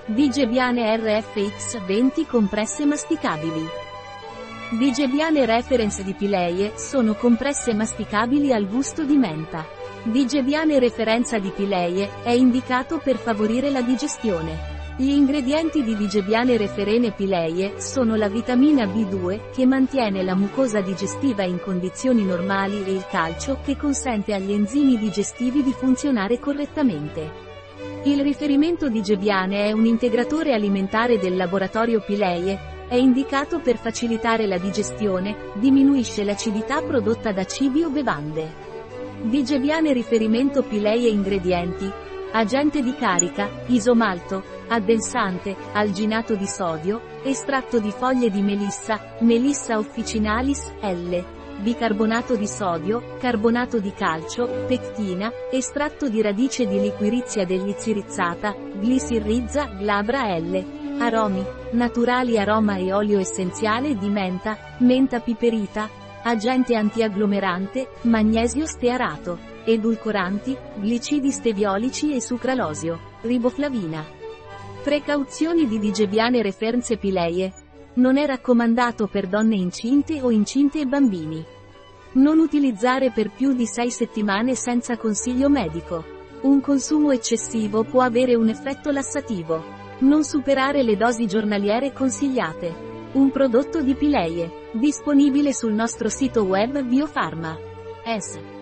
Digebiane RFX 20 compresse masticabili. Digebiane Reference di Pileie sono compresse masticabili al gusto di menta. Digebiane Referenza di Pileie è indicato per favorire la digestione. Gli ingredienti di Digebiane Referene Pileie sono la vitamina B2, che mantiene la mucosa digestiva in condizioni normali, e il calcio, che consente agli enzimi digestivi di funzionare correttamente. Il riferimento Digebiane è un integratore alimentare del laboratorio Pileie, è indicato per facilitare la digestione, diminuisce l'acidità prodotta da cibi o bevande. Digebiane riferimento Pileie ingredienti: agente di carica, isomalto, addensante, alginato di sodio, estratto di foglie di melissa, Melissa officinalis, L. Bicarbonato di sodio, carbonato di calcio, pectina, estratto di radice di liquirizia dell'icirizzata, glisirrizza, glabra L. Aromi, naturali aroma e olio essenziale di menta, menta piperita, agente antiagglomerante, magnesio stearato, edulcoranti, glicidi steviolici e sucralosio, riboflavina. Precauzioni di Digebiane Referenze Pileie. Non è raccomandato per donne incinte o incinte e bambini. Non utilizzare per più di 6 settimane senza consiglio medico. Un consumo eccessivo può avere un effetto lassativo. Non superare le dosi giornaliere consigliate. Un prodotto di Pileie, disponibile sul nostro sito web Biofarma. S.